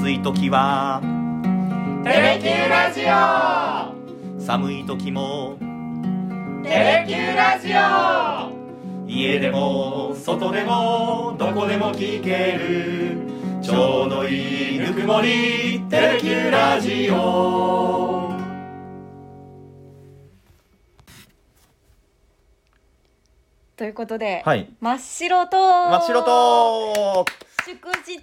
暑い時はテレキューラジオ、 寒い時もテレキューラジオ、 家でも外でもどこでも聞けるちょうどいいぬくもりテレキューラジオ。 ということで、 はい、 真っ白と真っ白と祝日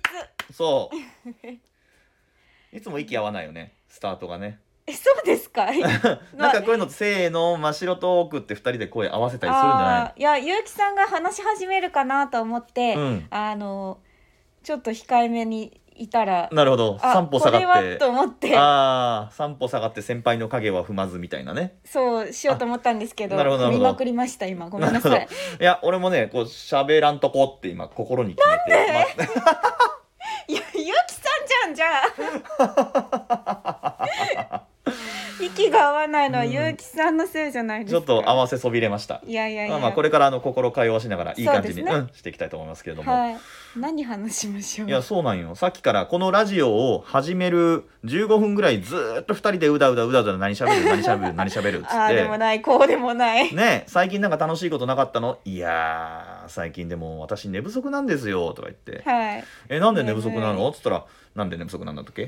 そういつも息合わないよね、スタートがね。 そうですかなんかこういうのってせーの真っ白トークって2人で声合わせたりするんじゃない？ いや、ゆうきさんが話し始めるかなと思って、ちょっと控えめにいたら、 なるほど、3歩下がって、 これはと思って、 3歩下がって先輩の影は踏まずみたいなね。 そうしようと思ったんですけど、踏みまくりました今、ごめんなさい。 いや俺もね、こう喋らんとこって今心に決めて。 なんでいや、ゆうきさんじゃあ息が合わないのはゆうきさんのせいじゃないですか。 ちょっと合わせそびれました。 いやいやいや、 これから心通わしながらいい感じに、 ね、 していきたいと思いますけれども、 はい、何話しましょう。 いやそうなんよ、さっきからこのラジオを始める15分ぐらいずっと2人でうだうだ何しゃべるっつってああでもないこうでもないね、最近なんか楽しいことなかったの？いや最近でも私寝不足なんですよとか言って、 はい、 なんで寝不足なのっつったら、なんで寝不足なんだったっけ？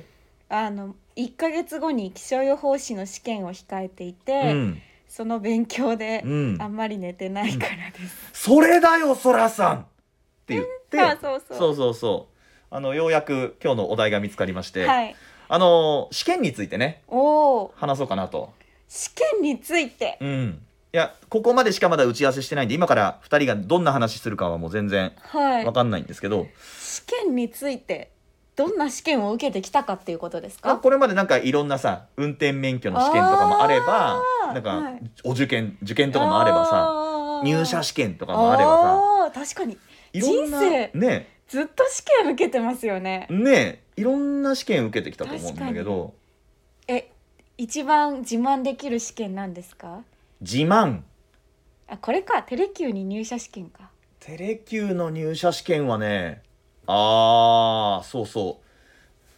1ヶ月後に気象予報士の試験を控えていて、その勉強であんまり寝てないからです、 それだよそらさんって言って、 そうようやく今日のお題が見つかりまして、 はい、 試験についてね話そうかなと。 試験について、 いやここまでしかまだ打ち合わせしてないんで、今から2人がどんな話するかはもう全然分かんないんですけど、 試験についてどんな試験を受けてきたかっていうことですか？ これまでなんかいろんなさ、運転免許の試験とかもあれば、なんかお受験とかもあればさ、入社試験とかもあればさ、 確かに人生ねずっと試験受けてますよね。 いろんな試験受けてきたと思うんだけど、 一番自慢できる試験なんですか？ 自慢、 これか、テレキューに入社試験か。 テレキューの入社試験はね、そうそう、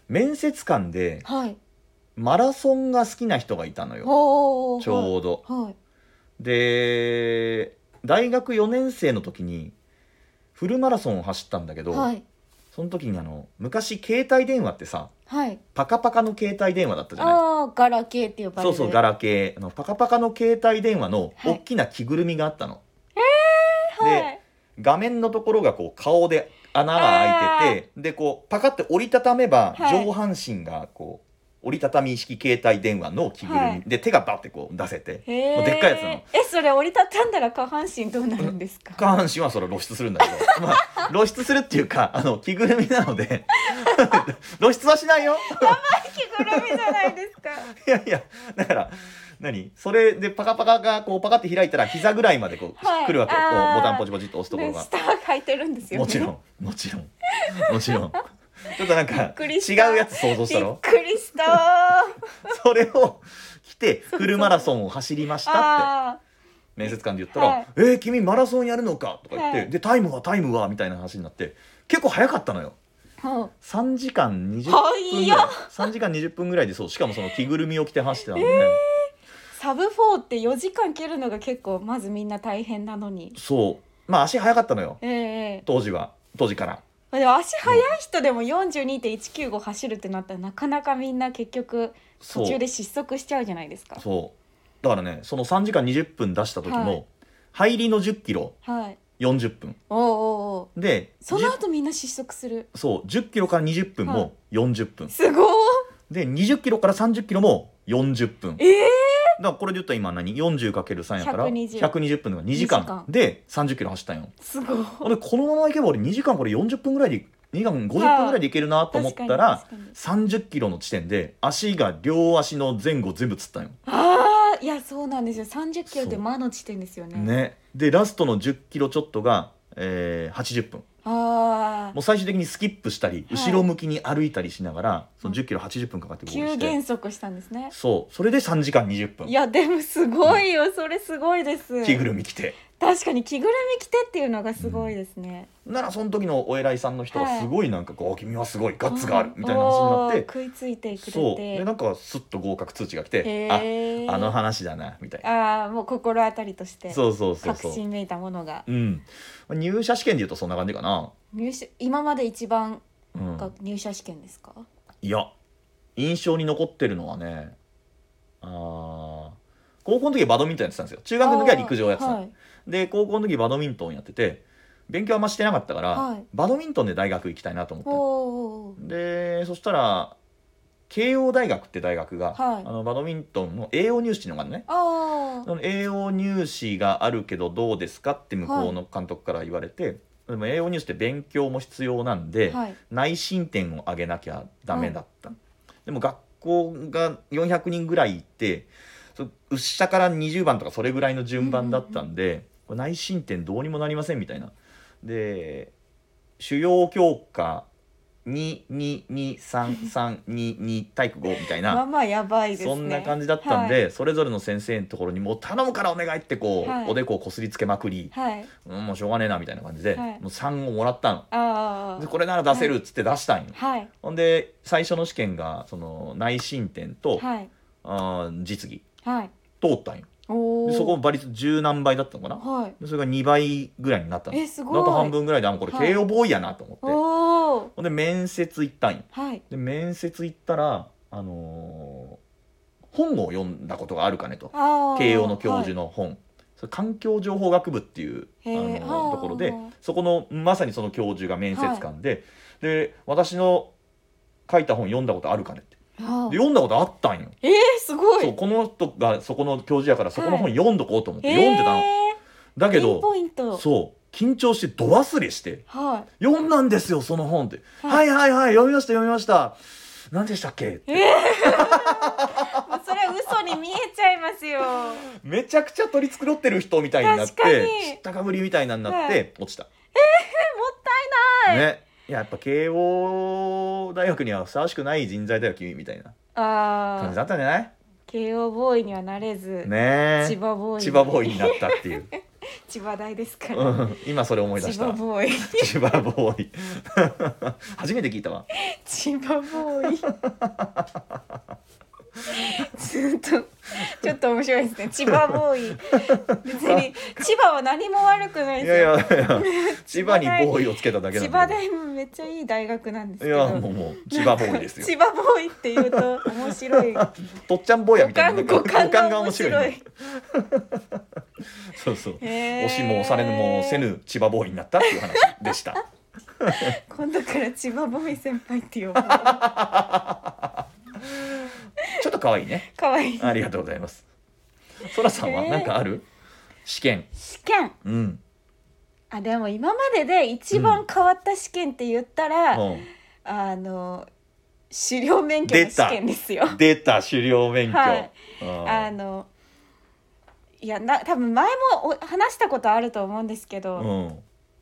面接官でマラソンが好きな人がいたのよ、ちょうど、で大学4年生の時にフルマラソンを走ったんだけど、その時に昔携帯電話ってさ、パカパカの携帯電話だったじゃない。 ガラケーって呼ばれる。 そうガラケー、パカパカの携帯電話の大きな着ぐるみがあったの、で画面のところがこう顔で穴が開いてて、でこうパカって折りたためば上半身がこう折りたたみ式携帯電話の着ぐるみ、で手がバッてこう出せて、もうでっかいやつなの。 それ折りたたんだら下半身どうなるんですか？ 下半身はそれ露出するんだけど露出するっていうか着ぐるみなので露出はしないよ。 やばい着ぐるみじゃないですか。 いやだからそれでパカパカがこうパカって開いたら膝ぐらいまでこう、来るわけよ、こうボタンポチポチっと押すところが、 下は履いてるんですよね。 もちろんちょっとなんか違うやつ想像したろ。 びっくりしたそれを着てフルマラソンを走りましたって面接官で言ったら、君マラソンやるのかとか言って、でタイムはみたいな話になって、結構早かったのよ。3時間20分ぐらい3時間20分ぐらいで、そうしかもその着ぐるみを着て走ってたので、 サブ4って4時間切るのが結構まずみんな大変なのに、 足早かったのよ、当時から。 でも足速い人でも 42.195 走るってなったらなかなかみんな結局途中で失速しちゃうじゃないですか。 だからね、その3時間20分出した時も、入りの10キロ、40分で、 その後みんな失速する。 10キロから20分も40分、 すごー。 で20キロから30キロも40分、だからこれで言ったら今40×3 やから120分とか2時間で30キロ走ったんよ。 すごい。 俺このままいけば俺2時間これ40分ぐらいで2時間50分ぐらいでいけるなと思ったら、30キロの地点で両足の前後全部つったんよ。 いやそうなんですよ、30キロって魔の地点ですよね。でラストの10キロちょっとが、80分。もう最終的にスキップしたり、後ろ向きに歩いたりしながら、その10キロ80分かかってゴールして、 急減速したんですね。 それで3時間20分。 いやでもすごいよ、それすごいです。 着ぐるみ着て確かに着ぐるみ着てっていうのがすごいですね、 ならその時のお偉いさんの人がすごいなんかこう、君はすごいガッツがあるみたいな話になって、 食いついてくれて、 そうでなんかスッと合格通知が来て、 へーあの話だなみたいな。 ああもう心当たりとしてそうそうそう確そう、 信めいたものが入社試験でいうとそんな感じかな。 今まで一番うんが入社試験ですか？ いや印象に残ってるのはね、高校の時はバドミントンやってたんですよ。中学の時は陸上やってた、 はいで高校の時バドミントンやってて勉強あんましてなかったから、 はいバドミントンで大学行きたいなと思って、 おでそしたら慶応大学って大学が、 はいバドミントンの栄養入試っていうのがあるのね。 あその栄養入試があるけどどうですかって向こうの監督から言われて、でも栄養入試って勉強も必要なんで、 はい内申点を上げなきゃダメだった、でも学校が400人ぐらい行って下から20番とかそれぐらいの順番だったんで、これ内申点どうにもなりませんみたいな。で主要教科2223322体育5みたいな、 まあまあやばいですね。 そんな感じだったんで、それぞれの先生のところにもう頼むからお願いってこう、 はいおでこをこすりつけまくり、 はい、 もうしょうがねえなみたいな感じで、 はいもう3をもらったの。 あでこれなら出せるっつって出したんよ、 はいほんで最初の試験がその内申点と、 はい実技はい通ったんよ。 おーでそこ馬率10何倍だったのかな、 はいでそれが2倍ぐらいになったの。 すごいあと半分ぐらいでこれはい慶応ボーイやなと思って、 おーほんで面接行ったんよ。 はいで面接行ったら、本を読んだことがあるかねと、慶応の教授の本、それ環境情報学部っていうへーところで、 あーそこのまさにその教授が面接官で、で私の書いた本読んだことあるかねって、 はいで読んだことあったんよ。 すごいそうこの人がそこの教授やからそこの本読んどこうと思ってへー読んでたの。だけピンどポイントそう緊張してど忘れしては読んだんですよその本って、 ははいはいはい読みました読みました、何でしたっけっていもうそれ嘘に見えちゃいますよめちゃくちゃ取り繕ってる人みたいになっ確かにて知ったかぶりみたいになって、 はい落ちた。 もったいないね、いややっぱ慶応大学にはふさわしくない人材だよ君みたいな感じだあったんじゃない？ 慶応ボーイにはなれず、 ねえ千葉ボーイ千葉ボーイになったっていう千葉大ですから、 うん今それ思い出し千た葉ボーイ千葉ボーイ初めて聞いたわ。 千葉ボーイちょっと面白いですね。千葉ボーイ別に千葉は何も悪くないいですよ。 やいやいや千葉にボーイをつけただけなん千葉だけ大もめっちゃいい大学なんですど、いけど、 やもう千葉ボーイですよ。 千葉ボーイって言うと面白い。 とっちゃん坊やみたいな五感が面ね白い。 そうそうへー押しも押されぬもせぬ千葉ボーイになったっていう話でした。 今度から千葉ボーイ先輩って呼ぼう。 ちょっと可愛いね。 可愛い。 ありがとうございます。そらさんは何かある？試験。 試験。 うん。 あでも今までで一番変わった試験って言ったら、 うん狩猟免許の試験ですよ。 出た狩猟免許。 はいうんいや多分前も話したことあると思うんですけど、 うん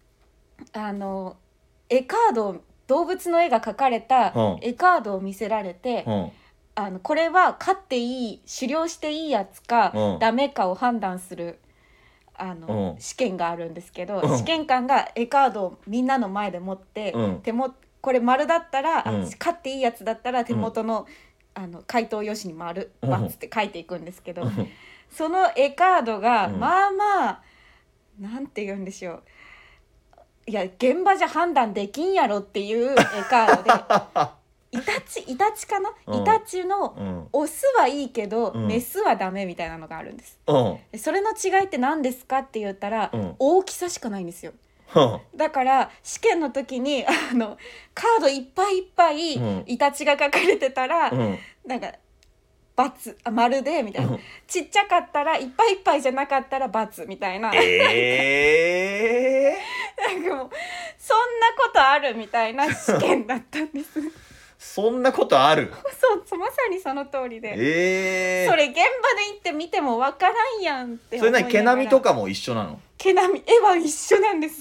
絵カード動物の絵が描かれたうん絵カードを見せられて、 うんこれは飼っていい狩猟していいやつか、 うんダメかを判断するうん試験があるんですけど、 うん試験官が絵カードをみんなの前で持って、 うんこれ丸だったら、 うん飼っていいやつだったら手元の、回答用紙に丸うんバツって書いていくんですけど、 うんその絵カードが、 うんまあまあなんて言うんでしょう、いや現場じゃ判断できんやろっていう絵カードでイタチかな、 うんイタチのうんオスはいいけど、 うんメスはダメみたいなのがあるんです。 うんでそれの違いって何ですかって言ったら、 うん大きさしかないんですよ。 うんだから試験の時にカードいっぱいいっぱい、 うんイタチが書かれてたら、 うんなんか丸でみたいな、 うんちっちゃかったらいっぱいいっぱいじゃなかったら×みたいな、なんかもうそんなことあるみたいな試験だったんですそんなことある？ そうまさにその通りで、 ええそれ現場で行って見てもわからんやんってそれ思いながら。 毛並みとかも一緒なの？ 毛並み絵は一緒なんです。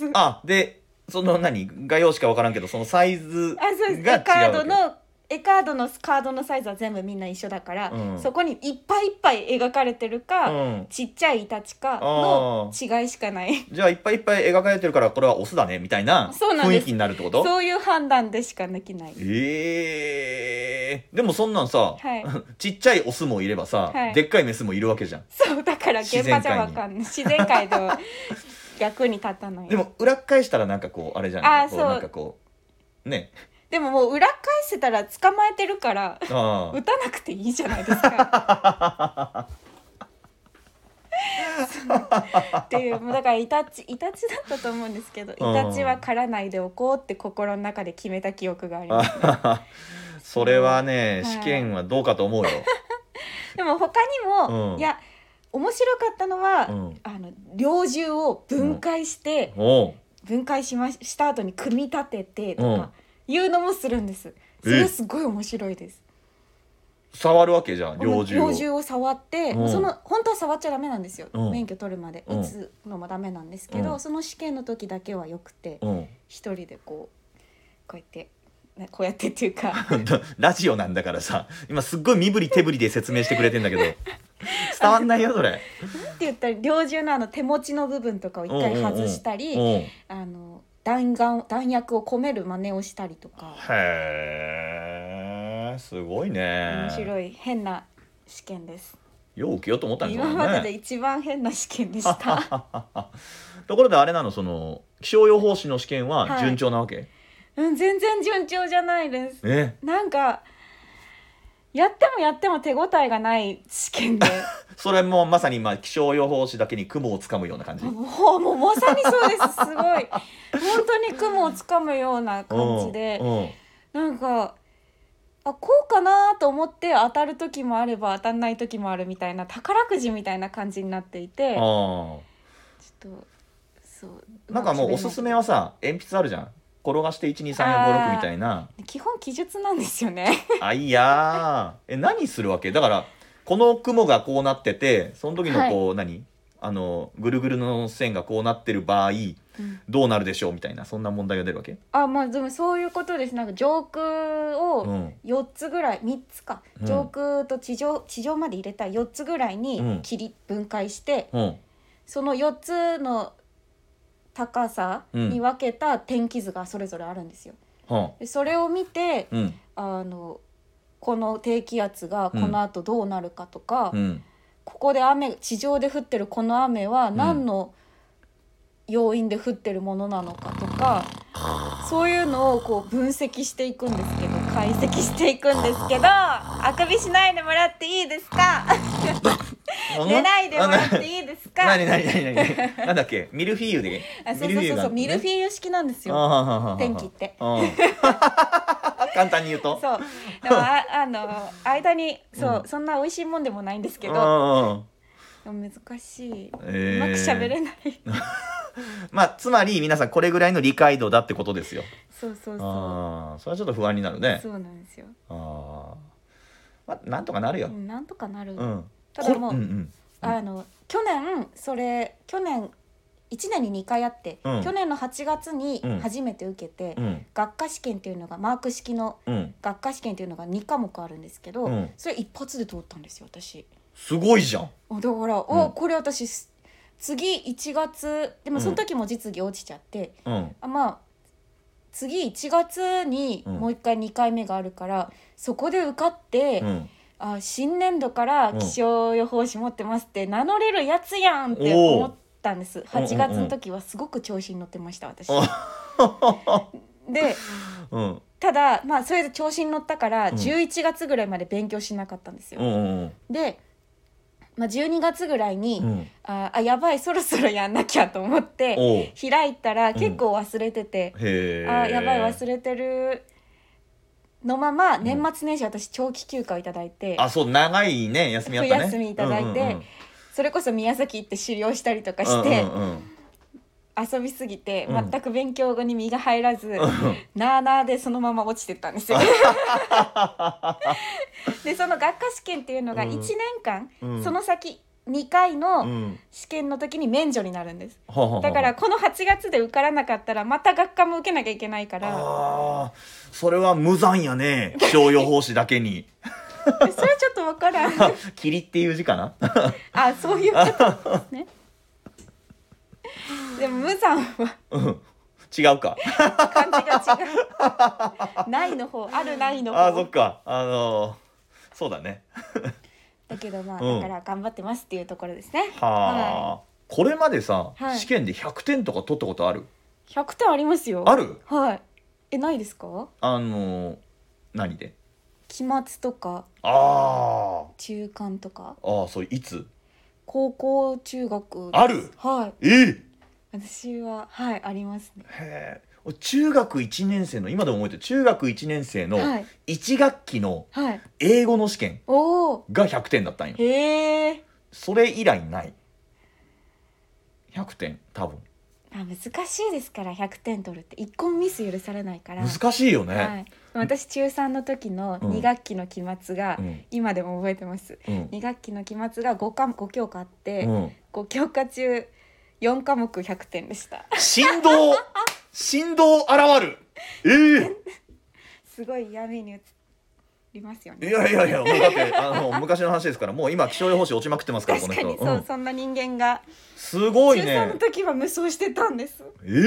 あでその画用紙か分からんけどそのサイズそうです。 が違うわけ。 絵カードの絵カードのカードのサイズは全部みんな一緒だから、 うんそこにいっぱいいっぱい描かれてるか、 うんちっちゃいイタチかの違いしかない。 じゃあいっぱいいっぱい描かれてるからこれはオスだねみたいなそうなんです雰囲気になるってこと？ そういう判断でしかできない。 でもそんなんさ、 はい、 ちっちゃいオスもいればさ、 はい、 でっかいメスもいるわけじゃん。 そうだから現場じゃわかんない。自然界では役に立たない。 でも裏返したらなんかこうあれじゃない？こうなんかこうね。でももう裏返せたら捕まえてるから撃たなくていいじゃないですか。っていうもうだからイタチだったと思うんですけど、イタチは狩らないでおこうって心の中で決めた記憶があります、ね。 それはね、試験はどうかと思うよ。 でも他にも、いや面白かったのは、猟銃を分解して、分解した後に組み立ててとかいうのもするんです。それすごい面白いです。 触るわけじゃん、猟銃を触って、本当は触っちゃダメなんですよ、免許取るまで撃つのもダメなんですけど、その試験の時だけはよくて、一人でこうやってっていうかラジオなんだからさ、今すっごい身振り手振りで説明してくれてんだけど伝わんないよそれ。なんて言ったら猟銃の手持ちの部分とかを一回外したり、弾薬を込める真似をしたりとか。 へー、すごいね。 面白い変な試験です。 よう受けようと思ったんですよね。 今までで一番変な試験でした。 ところであれなの、その気象予報士の試験は順調なわけ？ 全然順調じゃないです。なんかやっても手応えがない試験でそれもまさに気象予報士だけに雲をつかむような感じ。 もうまさにそうです。すごい本当に雲をつかむような感じで、なんかこうかなと思って当たる時もあれば当たんない時もあるみたいな、宝くじみたいな感じになっていて、ちょっとそうなんかもうおすすめはさ、鉛筆あるじゃん、転がして12345みたいな基本記述なんですよね。 いや何するわけだから、この雲がこうなってて、その時のこう、ぐるぐるの線がこうなってる場合、どうなるでしょうみたいな、そんな問題が出るわけ？ でもそういうことです。なんか上空を4つぐらい、3つか、上空と地上まで入れた4つぐらいに分解して、その4つの高さに分けた天気図がそれぞれあるんですよ。でそれを見て、この低気圧がこの後どうなるかとか、ここで地上で降ってるこの雨は何の要因で降ってるものなのかとか、そういうのをこう分析していくんですけど、解析していくんですけど、あくびしないでもらっていいですか？寝ないでもらっていいですか？ 何なんだっけ、ミルフィーユで。 そうミルフィーユ式なんですよ、天気って。 簡単に言うとそうでも間にそんな美味しいもんでもないんですけど、でも難しい、うまく喋れないつまり皆さんこれぐらいの理解度だってことですよ。 そうそれはちょっと不安になるね。 そうなんですよ。 なんとかなるよ。 なんとかなる。ただもう、去年1年に2回あって、去年の8月に初めて受けて、学科試験っていうのがマーク式の学科試験っていうのが2科目あるんですけど、それ一発で通ったんですよ私。 すごいじゃん。 だからこれ私次1月でもその時も実技落ちちゃって、次1月にもう1回2回目があるから、そこで受かって、新年度から気象予報士持ってますって名乗れるやつやんって思ったんです。8月の時はすごく調子に乗ってました私。で、ただそれで調子に乗ったから11月ぐらいまで勉強しなかったんですよ。で12月ぐらいに、やばいそろそろやんなきゃと思って開いたら結構忘れてて、やばい忘れてるのまま年末年始私長期休暇をいただいて、 そう長いね休みあったね。 冬休みいただいて、それこそ宮崎行って狩猟したりとかして、遊びすぎて全く勉強に身が入らず、なあなあでそのまま落ちてったんですよ。でその学科試験っていうのが1年間、その先 2回うのん試験の時に免除になるんです。 はあはあはあだからこの8月で受からなかったらまた学科も受けなきゃいけないから、 あーそれは無残やね、気象予報士だけにそれちょっとわからん霧っていう字かなあ、そういうことですねでも無残はうん違うか漢字が違うないの方、あるないのあーそっ方かそうだねだけどまあ、 うんだから頑張ってますっていうところですね。 はあ、これまでさ、 はい試験で100点とか取ったことある？ 100点ありますよ。 ある？ はいないですか？ 何で？ 期末とかあ中間とかそれいつ？ 高校中学ある？ はい私はありますね。 へえ。中学1年生の今でも覚えてる、中学1年生のはい 1学期のはい英語の試験おおが100点だったんよ。 へえそれ以来ない100点多分。 難しいですから100点取るって1個もミス許されないから難しいよね、 はい、私中3の時の2学期の期末が今でも覚えてます、2学期の期末が5教科あって、5教科中4科目100点でした。 振動現るすごい闇に映りますよね。 いやもうだって昔の話ですから、もう今気象予報士落ちまくってますからこの人。 確かにそう、そんな人間がすごいね。 中3の時は無双してたんです。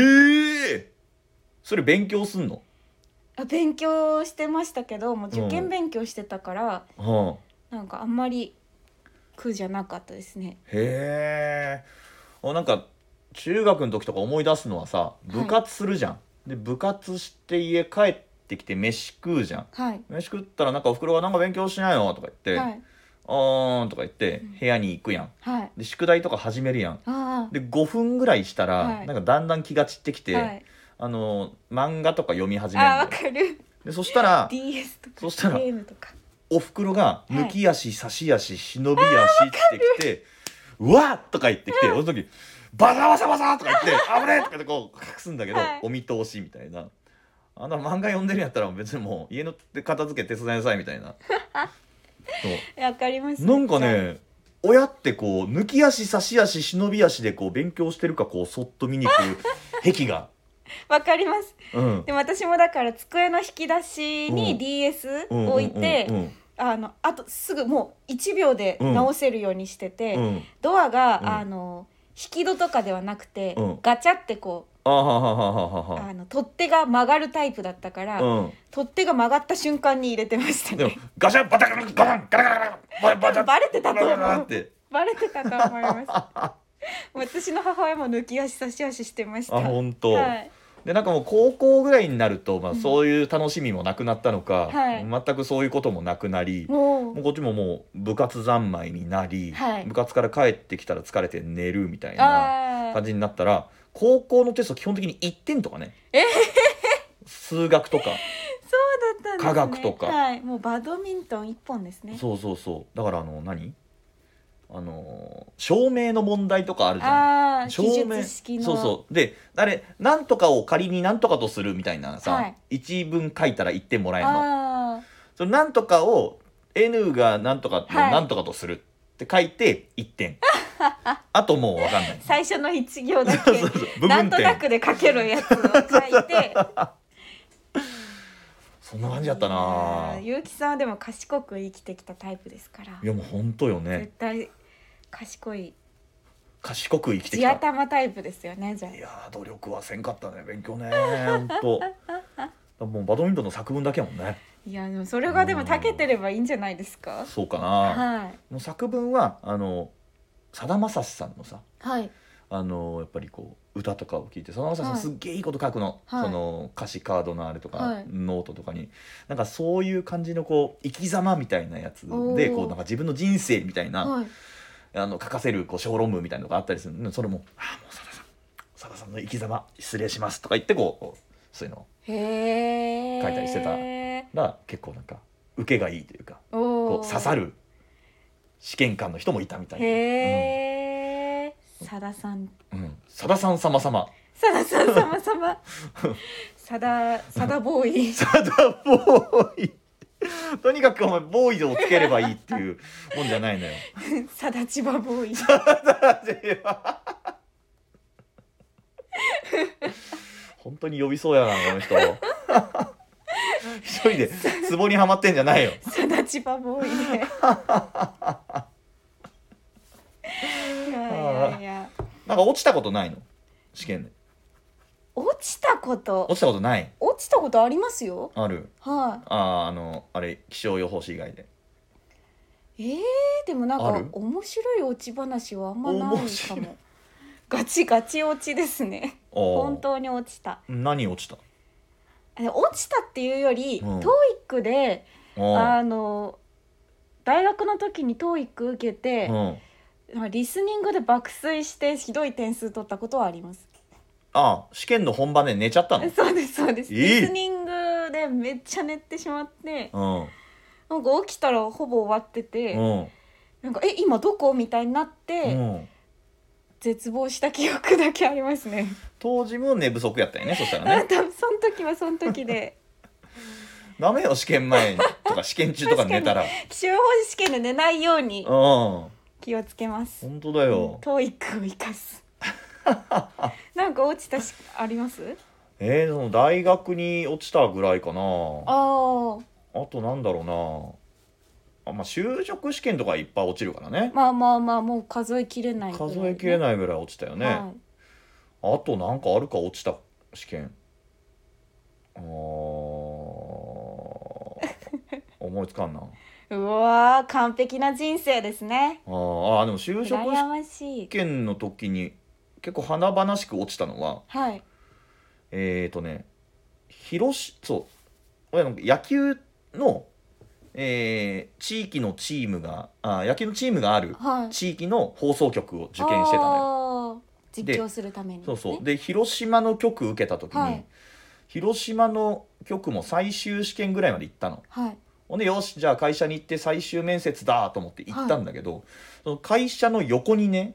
それ勉強すんの？ 勉強してましたけど、もう受験勉強してたから、なんかあんまり苦じゃなかったですね。 へえ。なんか中学の時とか思い出すのはさ、部活するじゃん、で部活して家帰ってきて飯食うじゃん、飯食ったらなんかおふくろがなんか勉強しないよとか言って、とか言って部屋に行くやん、で宿題とか始めるやん、で5分ぐらいしたら、なんかだんだん気が散ってきて、漫画とか読み始めるんだよ。 わかる。 でそしたら DS とかそしたらゲームとかおふくろが抜き足差し足忍び足ってきて、うわっとか言ってきて、その時バサバサバサとか言って危ねえとかってこう隠すんだけど、お見通しみたいな。漫画読んでるんやったら別にもう家の片付け手伝いなさいみたいなそうわかります。 なんかね、親ってこう抜き足差し足忍び足でこう勉強してるかこうそっと見に来る癖がわかります、でも私もだから机の引き出しに DS 置いて、あとすぐもう1秒で直せるようにしてて、ドアが、引き戸とかではなくて、ガチャってこう取っ手が曲がるタイプだったから、取っ手が曲がった瞬間に入れてましたね。 でもガシャバタガラガランガラガラバタバレてたと思う。 バレてたと思います私の母親も抜き足差し足してました。 本当。でなんかもう高校ぐらいになると、そういう楽しみもなくなったのか、全くそういうこともなくなり、もうこっちももう部活三昧になり、部活から帰ってきたら疲れて寝るみたいな感じになったら、高校のテスト基本的に1点とかね、数学とかそうだったんですね。 科学とか、 もうバドミントン1本ですね。 そうだから証明の問題とかあるじゃん。 記述式のそうでなんとかを仮になんとかとするみたいなさ、一文書いたら1点もらえるの。そのなんとかを N がなんとかのなんとかとするって書いて1点あともう分かんない最初の1行だけなんとなくで書けるやつを書いてそんな感じだったな。 結城さんはでも賢く生きてきたタイプですから。 いやもう本当よね。 絶対賢く生きてきた地頭タイプですよね。じゃあいや努力はせんかったね、勉強ね本当もうバドミントンの作文だけやもんね。 いやでもそれがでも長けてればいいんじゃないですか。 そうかな、もう作文はさだまさしさんのさ、やっぱりこう歌とかを聞いて、さだまさしさんすっげえいいこと書くの、その歌詞カードのあれとか、ノートとかになんかそういう感じのこう生き様みたいなやつでこうなんか自分の人生みたいな、書かせるこう小論文みたいなのがあったりする。それももうさださんの生き様失礼しますとか言ってこうそういうのを書いたりしてたら結構なんか受けがいいというか、こう刺さる試験官の人もいたみたいな。 さださん、 さださん様様さださん様様さだボーイさだボーイとにかくお前ボーイズをつければいいっていうもんじゃないのよ。 さだちばボーイズ。 本当に呼びそうやなこの人。一人でツボにはまってんじゃないよ。 さだちばボーイで。いやいや。 なんか落ちたことないの？試験で。 落ちたこと。 落ちたことない？ 落ちたことありますよ。 ある。 はい。 あれ気象予報士以外で。 でもなんか面白い落ち話はあんまないかも。ガチガチ落ちですね。本当に落ちた。 何落ちた？ 落ちたっていうより、TOEIC で大学の時に TOEIC 受けて、リスニングで爆睡してひどい点数取ったことはあります。 試験の本番で寝ちゃったの？ そうですそうです、リスニングでめっちゃ寝てしまって、なんか起きたらほぼ終わってて、なんか今どこみたいになって、絶望した記憶だけありますね。 当時も寝不足やったよね。そしたらね。 多分その時はその時で。 ダメよ、試験前とか試験中とか寝たら。 気象予報士試験で寝ないように気をつけます。 本当だよ。 TOEIC を生かす。なんか落ちたあります？ その大学に落ちたぐらいかな。あとなんだろうな。就職試験とかいっぱい落ちるからね。 もう数えきれないぐらい、ね、 数えきれないぐらい落ちたよね。あとなんかあるか、落ちた試験。思いつかんな。 うわー、完璧な人生ですね。 でも就職試験の時に結構華々しく落ちたのは、野球の、地域のチームが野球のチームがある地域の放送局を受験してたのよ。 実況するために、ね、 そうで広島の局受けた時に、広島の局も最終試験ぐらいまで行ったの。ほんでよし、じゃあ会社に行って最終面接だと思って行ったんだけど、その会社の横にね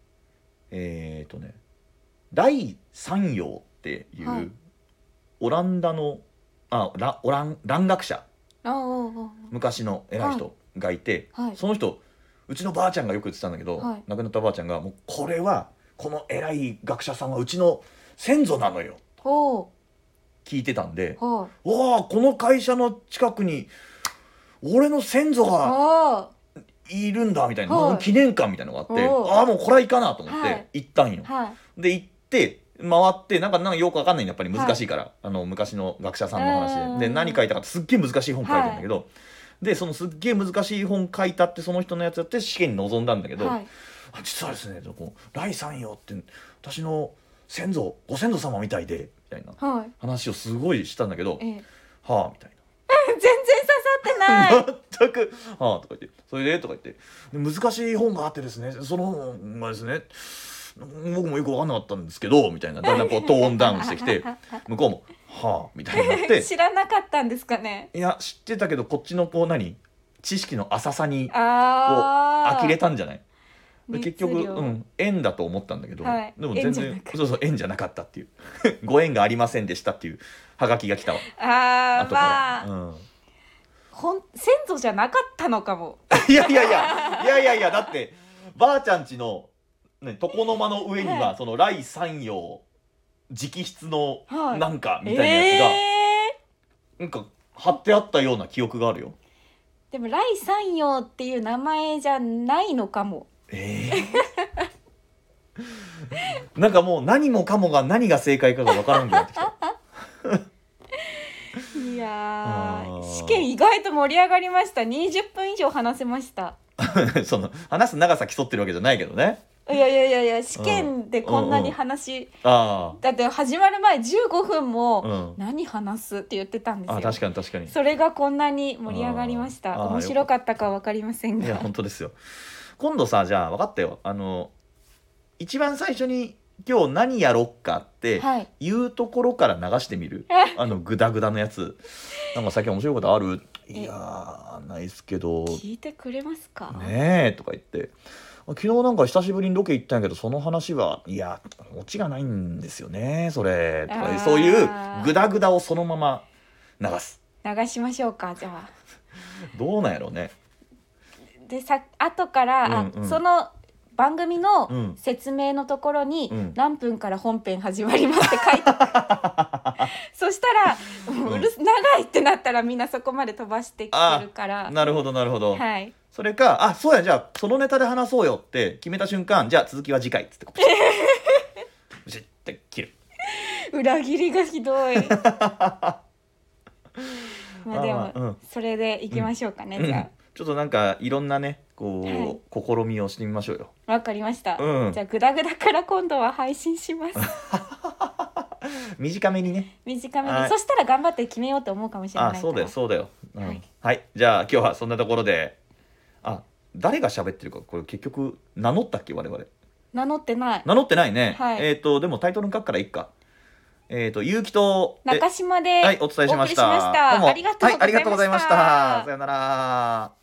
大山陽っていう、オランダの蘭学者、昔の偉い人がいて、その人うちのばあちゃんがよく言ってたんだけど、亡くなったばあちゃんがもうこの偉い学者さんはうちの先祖なのよ聞いてたんで、わあこの会社の近くに俺の先祖がいるんだみたいな、記念館みたいなのがあって、もうこれはいかなと思って行ったんよ。で行って回ってなんかよくわかんないの、やっぱり難しいから、昔の学者さんの話で何書いたかってすっげえ難しい本書いてるんだけど、でそのすっげえ難しい本書いたってその人のやつやって試験に臨んだんだけど、実はですね来山陽って私のご先祖様みたいでみたいな話をすごいしたんだけど、はあみたいな。 全然刺さってない。 全く「はあ」とか言って「それで?」とか言って難しい本があってですね、その本がですね僕もよく分かんなかったんですけどみたいな、だんだんトーンダウンしてきて向こうも「はあ」みたいになって知らなかったんですかね。 いや知ってたけどこっちの知識の浅さに呆れたんじゃない。結局、縁だと思ったんだけど、でも全然縁じゃなかったっていうご縁がありませんでしたっていうハガキが来たわ。後から、 先祖じゃなかったのかも。 いやだってばあちゃんちの、床の間の上には、その来山陽直筆のなんかみたいなやつが、なんか貼ってあったような記憶があるよ。 でも来山陽っていう名前じゃないのかも。 なんかもう何もかもが何が正解かが分からんくなってきた。 いや試験意外と盛り上がりました。20分以上話せました。 その話す長さ競ってるわけじゃないけどね。 いや試験でこんなにだって始まる前15分も何話すって言ってたんですよ。 確かにそれがこんなに盛り上がりました。面白かったか分かりませんが。 いや本当ですよ。今度さ、じゃあ分かったよ、一番最初に今日何やろっかっていうところから流してみる、グダグダのやつ。なんか最近面白いことある？いやないっすけど聞いてくれますかねえとか言って、昨日なんか久しぶりにロケ行ったんやけどその話はいやオチがないんですよねそれとか、そういうグダグダをそのまま流しましょうか。じゃあどうなんやろうね。 で後から、その番組の説明のところに、何分から本編始まりますって書いてあるそしたら長いってなったらみんなそこまで飛ばしてきてるから。 なるほどなるほど、 はい、 それかそうやじゃあそのネタで話そうよって決めた瞬間、じゃあ続きは次回っつってブシッて切る。 裏切りがひどいまあでも、それでいきましょうかね、じゃあちょっとなんかいろんなねこう、試みをしてみましょうよ。 わかりました、じゃあグダグダから今度は配信します短めにね、 短めに、そしたら頑張って決めようと思うかもしれないから。 そうだよそうだよ、はい、じゃあ今日はそんなところで、誰が喋ってるかこれ結局名乗ったっけ我々。 名乗ってないね、でもタイトル書くからいっか。ゆうきと中島でお伝えしました。 ありがとうございました。 さよなら。